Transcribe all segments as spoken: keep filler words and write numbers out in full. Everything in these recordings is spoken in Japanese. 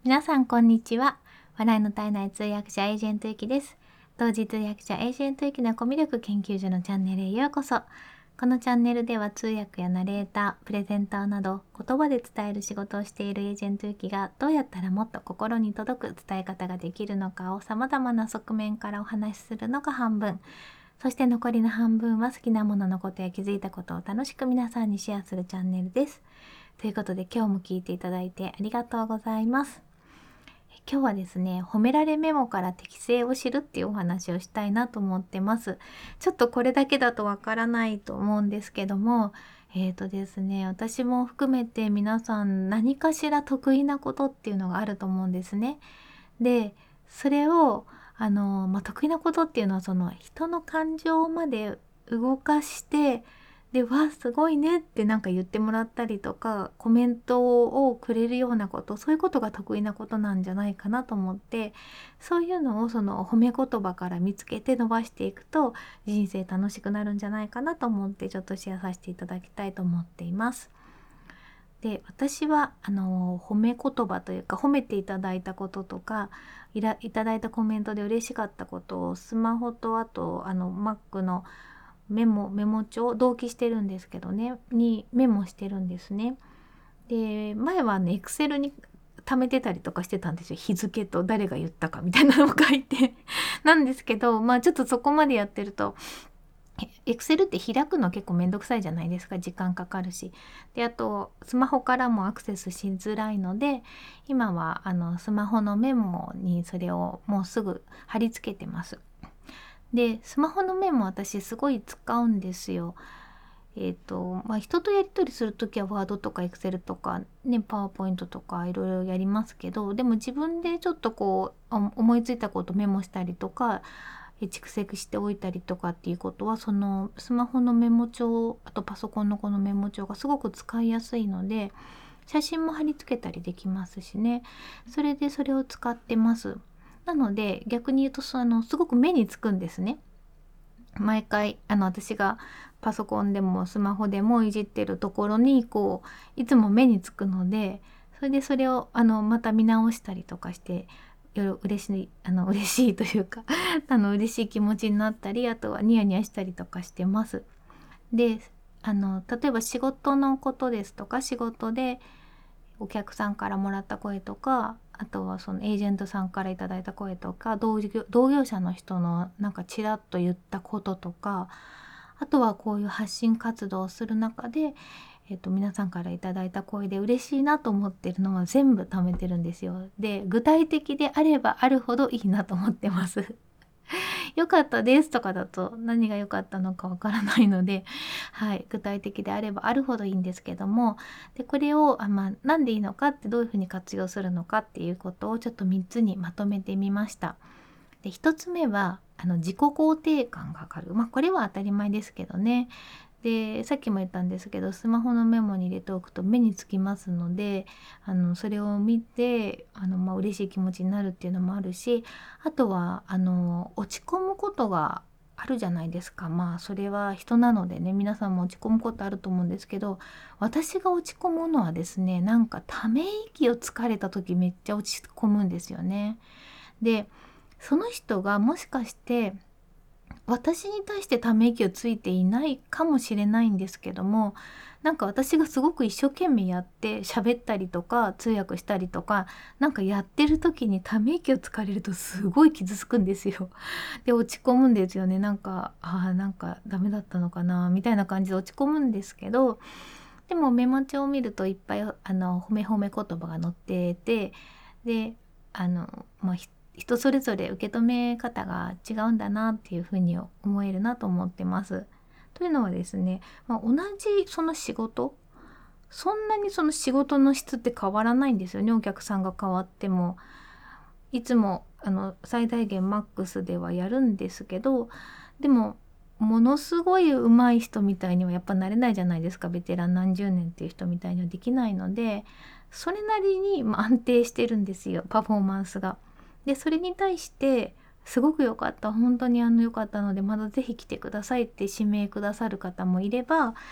皆さんこんにちは。笑いの絶えない通訳者エージェントゆきです。同時通訳者エージェントゆきのコミュ力研究所のチャンネルへようこそ。このチャンネルでは通訳やナレーター、プレゼンターなど言葉で伝える仕事をしているエージェントゆきがどうやったらもっと心に届く伝え方ができるのかを様々な側面からお話しするのが半分。そして残りの半分は好きなもののことや気づいたことを楽しく皆さんにシェアするチャンネルです。ということで今日も聞いていただいてありがとうございます。今日はですね、褒められメモから適性を知るっていうお話をしたいなと思ってます。ちょっとこれだけだとわからないと思うんですけども、えーとですね、私も含めて皆さん何かしら得意なことっていうのがあると思うんですね。で、それをあの、まあ、得意なことっていうのはその人の感情まで動かしてで、わあ、すごいねってなんか言ってもらったりとか、コメントをくれるようなこと、そういうことが得意なことなんじゃないかなと思って、そういうのをその褒め言葉から見つけて伸ばしていくと、人生楽しくなるんじゃないかなと思って、ちょっとシェアさせていただきたいと思っています。で、私はあの褒め言葉というか褒めていただいたこととかいらいただいたコメントで嬉しかったことをスマホとあとあの Mac のメモメモ帳同期してるんですけどねにメモしてるんですね。で、前はね Excel に貯めてたりとかしてたんですよ。日付と誰が言ったかみたいなのを書いてなんですけど、まあちょっとそこまでやってるとエクセルって開くの結構めんどくさいじゃないですか。時間かかるし。で、あとスマホからもアクセスしづらいので、今はあのスマホのメモにそれをもうすぐ貼り付けてます。で、スマホのメモ私すごい使うんですよ。えっと、まあ、人とやり取りするときはワードとかエクセルとかね、パワーポイントとかいろいろやりますけど、でも自分でちょっとこう思いついたことメモしたりとか、蓄積しておいたりとかっていうことはそのスマホのメモ帳、あとパソコンのこのメモ帳がすごく使いやすいので、写真も貼り付けたりできますしね。それでそれを使ってます。なので逆に言うとそのすごく目につくんですね。毎回あの私がパソコンでもスマホでもいじってるところにこういつも目につくので、それでそれをあのまた見直したりとかしてよ嬉しいあの嬉しいというかあの嬉しい気持ちになったり、あとはニヤニヤしたりとかしてます。で、あの例えば仕事のことですとか、仕事でお客さんからもらった声とか、あとはそのエージェントさんからいただいた声とか、同業同業者の人のなんかちらっと言ったこととか、あとはこういう発信活動をする中で、えっと、皆さんからいただいた声で嬉しいなと思ってるのは全部貯めてるんですよ。で、具体的であればあるほどいいなと思ってます。良かったですとかだと何が良かったのかわからないので、はい、具体的であればあるほどいいんですけども、でこれをあ、まあ、なんでいいのかってどういうふうに活用するのかっていうことをちょっとみっつにまとめてみました。でひとつめはあの自己肯定感が上がる、まあ、これは当たり前ですけどね。でさっきも言ったんですけど、スマホのメモに入れておくと目につきますので、あのそれを見てあの、まあ、嬉しい気持ちになるっていうのもあるし、あとはあの落ち込むことがあるじゃないですか。まあそれは人なのでね、皆さんも落ち込むことあると思うんですけど、私が落ち込むのはですね、なんかため息をつかれた時めっちゃ落ち込むんですよね。でその人がもしかして私に対してため息をついていないかもしれないんですけども、なんか私がすごく一生懸命やって喋ったりとか通訳したりとかなんかやってる時にため息をつかれるとすごい傷つくんですよ。で落ち込むんですよね。なんかあーなんかダメだったのかなみたいな感じで落ち込むんですけど、でもメモ帳を見るといっぱいあの褒め褒め言葉が載ってて、であのまあ人それぞれ受け止め方が違うんだなっていうふうに思えるなと思ってます。というのはですね、まあ、同じその仕事、そんなにその仕事の質って変わらないんですよね。お客さんが変わってもいつもあの最大限マックスではやるんですけど、でもものすごい上手い人みたいにはやっぱなれないじゃないですか。ベテラン何十年っていう人みたいにはできないので、それなりにまあ安定してるんですよ、パフォーマンスが。でそれに対してすごく良かった、本当にあの良かったのでまたぜひ来てくださいって指名くださる方もいれば、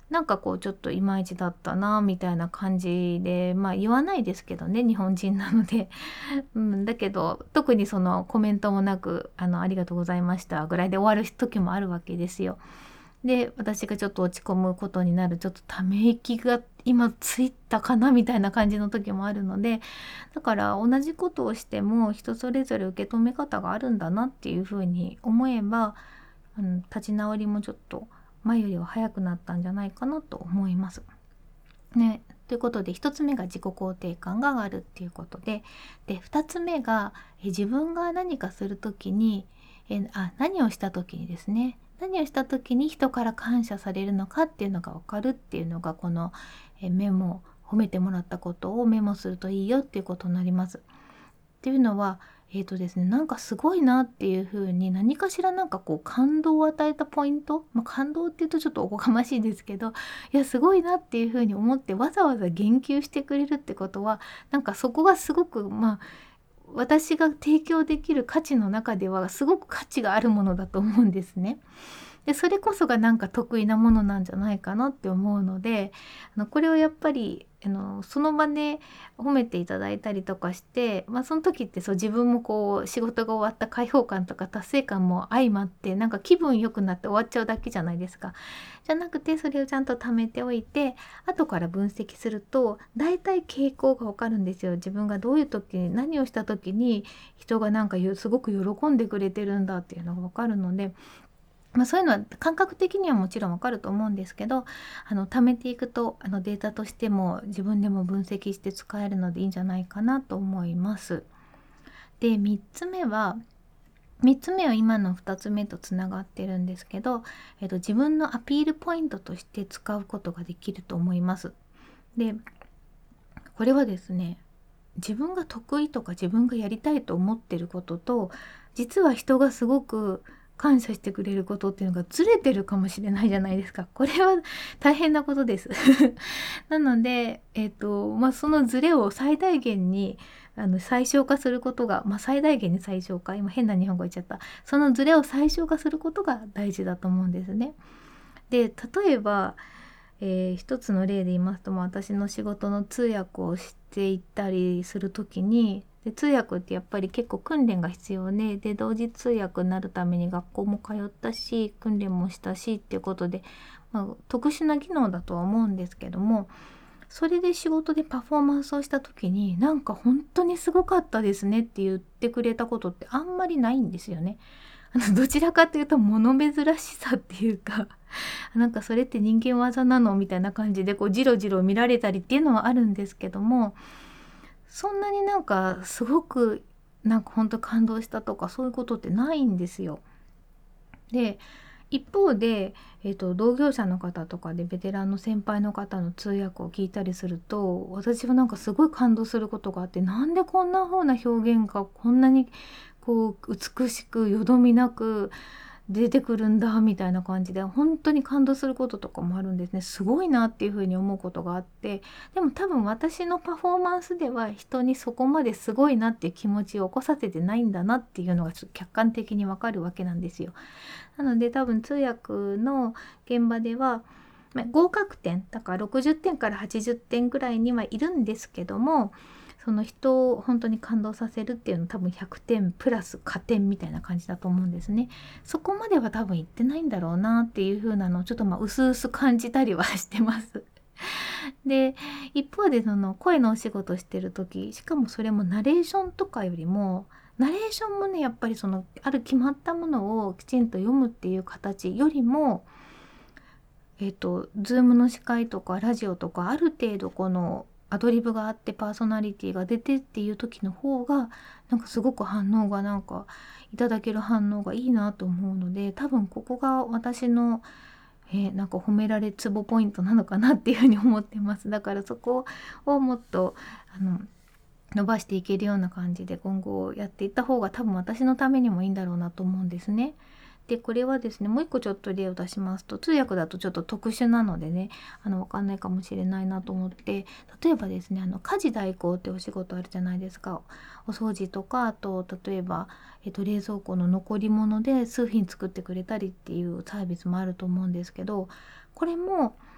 なんかこうちょっといまいちだったなみたいな感じで、まあ言わないですけどね、日本人なので、うん、だけど特にそのコメントもなくあのありがとうございましたぐらいで終わる時もあるわけですよ。で私がちょっと落ち込むことになる、ちょっとため息が今ついたかなみたいな感じの時もあるので、だから同じことをしても人それぞれ受け止め方があるんだなっていうふうに思えば、うん、立ち直りもちょっと前よりは早くなったんじゃないかなと思います。ね、ということでひとつめが自己肯定感が上がるっていうことで、でふたつめがえ自分が何かする時にえあ何をした時にですね、何をした時に人から感謝されるのかっていうのが分かるっていうのが、このえメモ、褒めてもらったことをメモするといいよっていうことになります。っていうのは、えーとですね、なんかすごいなっていう風に何かしらなんかこう感動を与えたポイント、まあ、感動っていうとちょっとおこがましいですけど、いやすごいなっていう風に思ってわざわざ言及してくれるってことは、なんかそこがすごくまあ私が提供できる価値の中ではすごく価値があるものだと思うんですね。でそれこそがなんか得意なものなんじゃないかなって思うので、あのこれをやっぱりあのその場で褒めていただいたりとかして、まあ、その時ってそう自分もこう仕事が終わった解放感とか達成感も相まって、なんか気分良くなって終わっちゃうだけじゃないですか。じゃなくてそれをちゃんと貯めておいて後から分析すると大体傾向がわかるんですよ。自分がどういう時に何をした時に人がなんかすごく喜んでくれてるんだっていうのがわかるので、まあ、そういうのは感覚的にはもちろんわかると思うんですけど、あの貯めていくとあのデータとしても自分でも分析して使えるのでいいんじゃないかなと思います。でみっつめはみっつめは今のふたつめとつながってるんですけど、えっと、自分のアピールポイントとして使うことができると思います。でこれはですね、自分が得意とか自分がやりたいと思ってることと、実は人がすごく感謝してくれることっていうのがずれてるかもしれないじゃないですか。これは大変なことです。なので、えっとまあ、そのズレを最大限にあの最小化することが、まあ、最大限に最小化、今変な日本語言っちゃった。そのズレを最小化することが大事だと思うんですね。で例えばえー一つの例で言いますと、まあ、私の仕事の通訳をしていったりする時に、で通訳ってやっぱり結構訓練が必要ね。で同時通訳になるために学校も通ったし訓練もしたしっていうことで、まあ、特殊な技能だとは思うんですけども、それで仕事でパフォーマンスをした時になんか本当にすごかったですねって言ってくれたことってあんまりないんですよね。あのどちらかというと物珍しさっていうかなんかそれって人間業なのみたいな感じでこうジロジロ見られたりっていうのはあるんですけども、そんなになんかすごくなんか本当感動したとかそういうことってないんですよ。で一方で、えーと、同業者の方とかでベテランの先輩の方の通訳を聞いたりすると、私はなんかすごい感動することがあって、なんでこんな風な表現がこんなにこう美しくよどみなく出てくるんだみたいな感じで本当に感動することとかもあるんですね。すごいなっていうふうに思うことがあって、でも多分私のパフォーマンスでは人にそこまですごいなっていう気持ちを起こさせてないんだなっていうのがちょっと客観的にわかるわけなんですよ。なので多分通訳の現場ではまあ合格点だからろくじゅってんからはちじゅってんぐらいにはいるんですけども、その人を本当に感動させるっていうのは多分ひゃくてんプラス加点みたいな感じだと思うんですね。そこまでは多分言ってないんだろうなっていう風なのをちょっとまあ薄々感じたりはしてます。で一方でその声のお仕事してる時、しかもそれもナレーションとかよりもナレーションもねやっぱりそのある決まったものをきちんと読むっていう形よりも、えっと、ズームの司会とかラジオとかある程度このアドリブがあってパーソナリティが出てっていう時の方がなんかすごく反応がなんかいただける反応がいいなと思うので、多分ここが私の、えーなんか褒められツボポイントなのかなっていうふうに思ってます。だからそこをもっとあの伸ばしていけるような感じで今後やっていった方が多分私のためにもいいんだろうなと思うんですね。でこれはですね、もう一個ちょっと例を出しますと、通訳だとちょっと特殊なのでね、あの分かんないかもしれないなと思って、例えばですね、あの家事代行ってお仕事あるじゃないですか。お掃除とか、あと例えば、えっと、冷蔵庫の残り物で数品作ってくれたりっていうサービスもあると思うんですけど、これも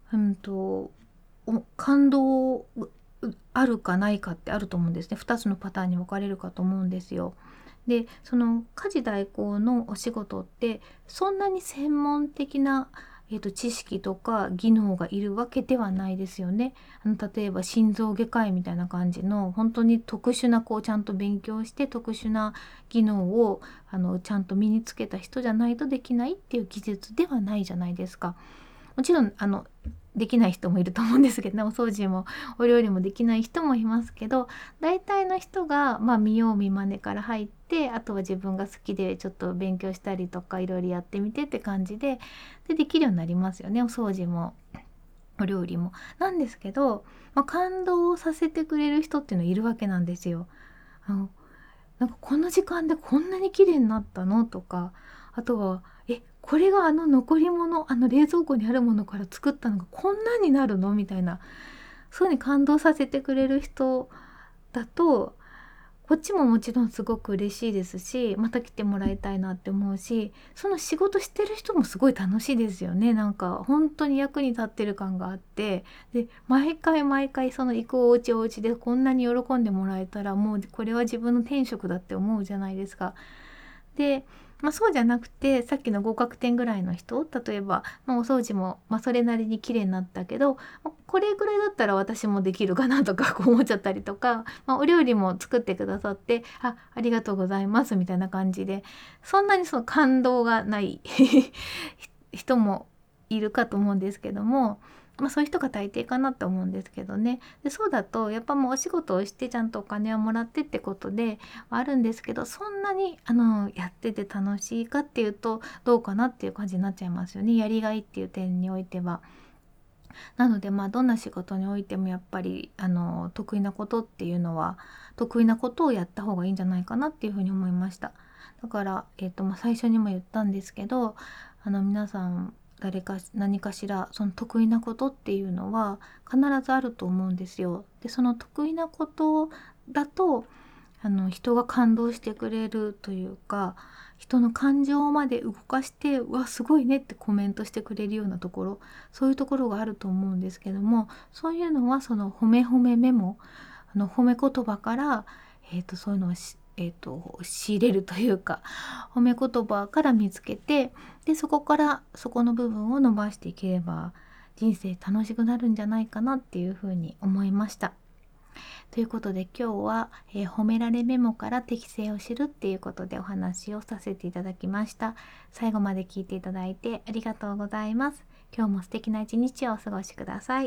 うんとお感動あるかないかってあると思うんですね。ふたつのパターンに分かれるかと思うんですよ。で、その家事代行のお仕事ってそんなに専門的な、えーと、知識とか技能がいるわけではないですよね。あの例えば心臓外科医みたいな感じの本当に特殊なこうちゃんと勉強して特殊な技能をあのちゃんと身につけた人じゃないとできないっていう技術ではないじゃないですか。もちろんあのできない人もいると思うんですけどね、お掃除もお料理もできない人もいますけど、大体の人が、まあ、見よう見まねから入って、あとは自分が好きでちょっと勉強したりとかいろいろやってみてって感じで、でできるようになりますよね、お掃除もお料理も。なんですけど、まあ、感動させてくれる人っていうのいるわけなんですよ。あのなんかこの時間でこんなに綺麗になったのとか、あとはえこれがあの残り物、あの冷蔵庫にあるものから作ったのがこんなになるのみたいな、そういうふうに感動させてくれる人だと、こっちももちろんすごく嬉しいですし、また来てもらいたいなって思うし、その仕事してる人もすごい楽しいですよね。なんか本当に役に立ってる感があって、で毎回毎回その行くお家お家でこんなに喜んでもらえたら、もうこれは自分の天職だって思うじゃないですか。で、まあ、そうじゃなくてさっきの合格点ぐらいの人、例えば、まあ、お掃除も、まあ、それなりに綺麗になったけど、まあこれぐらいだったら私もできるかなとかこう思っちゃったりとか、まあ、お料理も作ってくださってあありがとうございますみたいな感じで、そんなにその感動がない人もいるかと思うんですけども、まあ、そういう人が大抵かなと思うんですけどね。でそうだとやっぱもうお仕事をしてちゃんとお金をもらってってことではあるんですけど、そんなにあのやってて楽しいかっていうとどうかなっていう感じになっちゃいますよね、やりがいっていう点においては。なのでまあどんな仕事においてもやっぱりあの得意なことっていうのは得意なことをやった方がいいんじゃないかなっていうふうに思いました。だから、えーとまあ、最初にも言ったんですけど、あの皆さん誰か何かしらその得意なことっていうのは必ずあると思うんですよ。でその得意なことだとあの人が感動してくれるというか、人の感情まで動かして「うわすごいね」ってコメントしてくれるようなところ、そういうところがあると思うんですけども、そういうのはその褒め褒めメモ、あの褒め言葉から、えー、とそういうのをし、えー、と仕入れるというか、褒め言葉から見つけて、でそこからそこの部分を伸ばしていければ人生楽しくなるんじゃないかなっていうふうに思いました。ということで今日は、えー褒められメモから適性を知るっていうことでお話をさせていただきました。最後まで聞いていただいてありがとうございます。今日も素敵な一日をお過ごしください。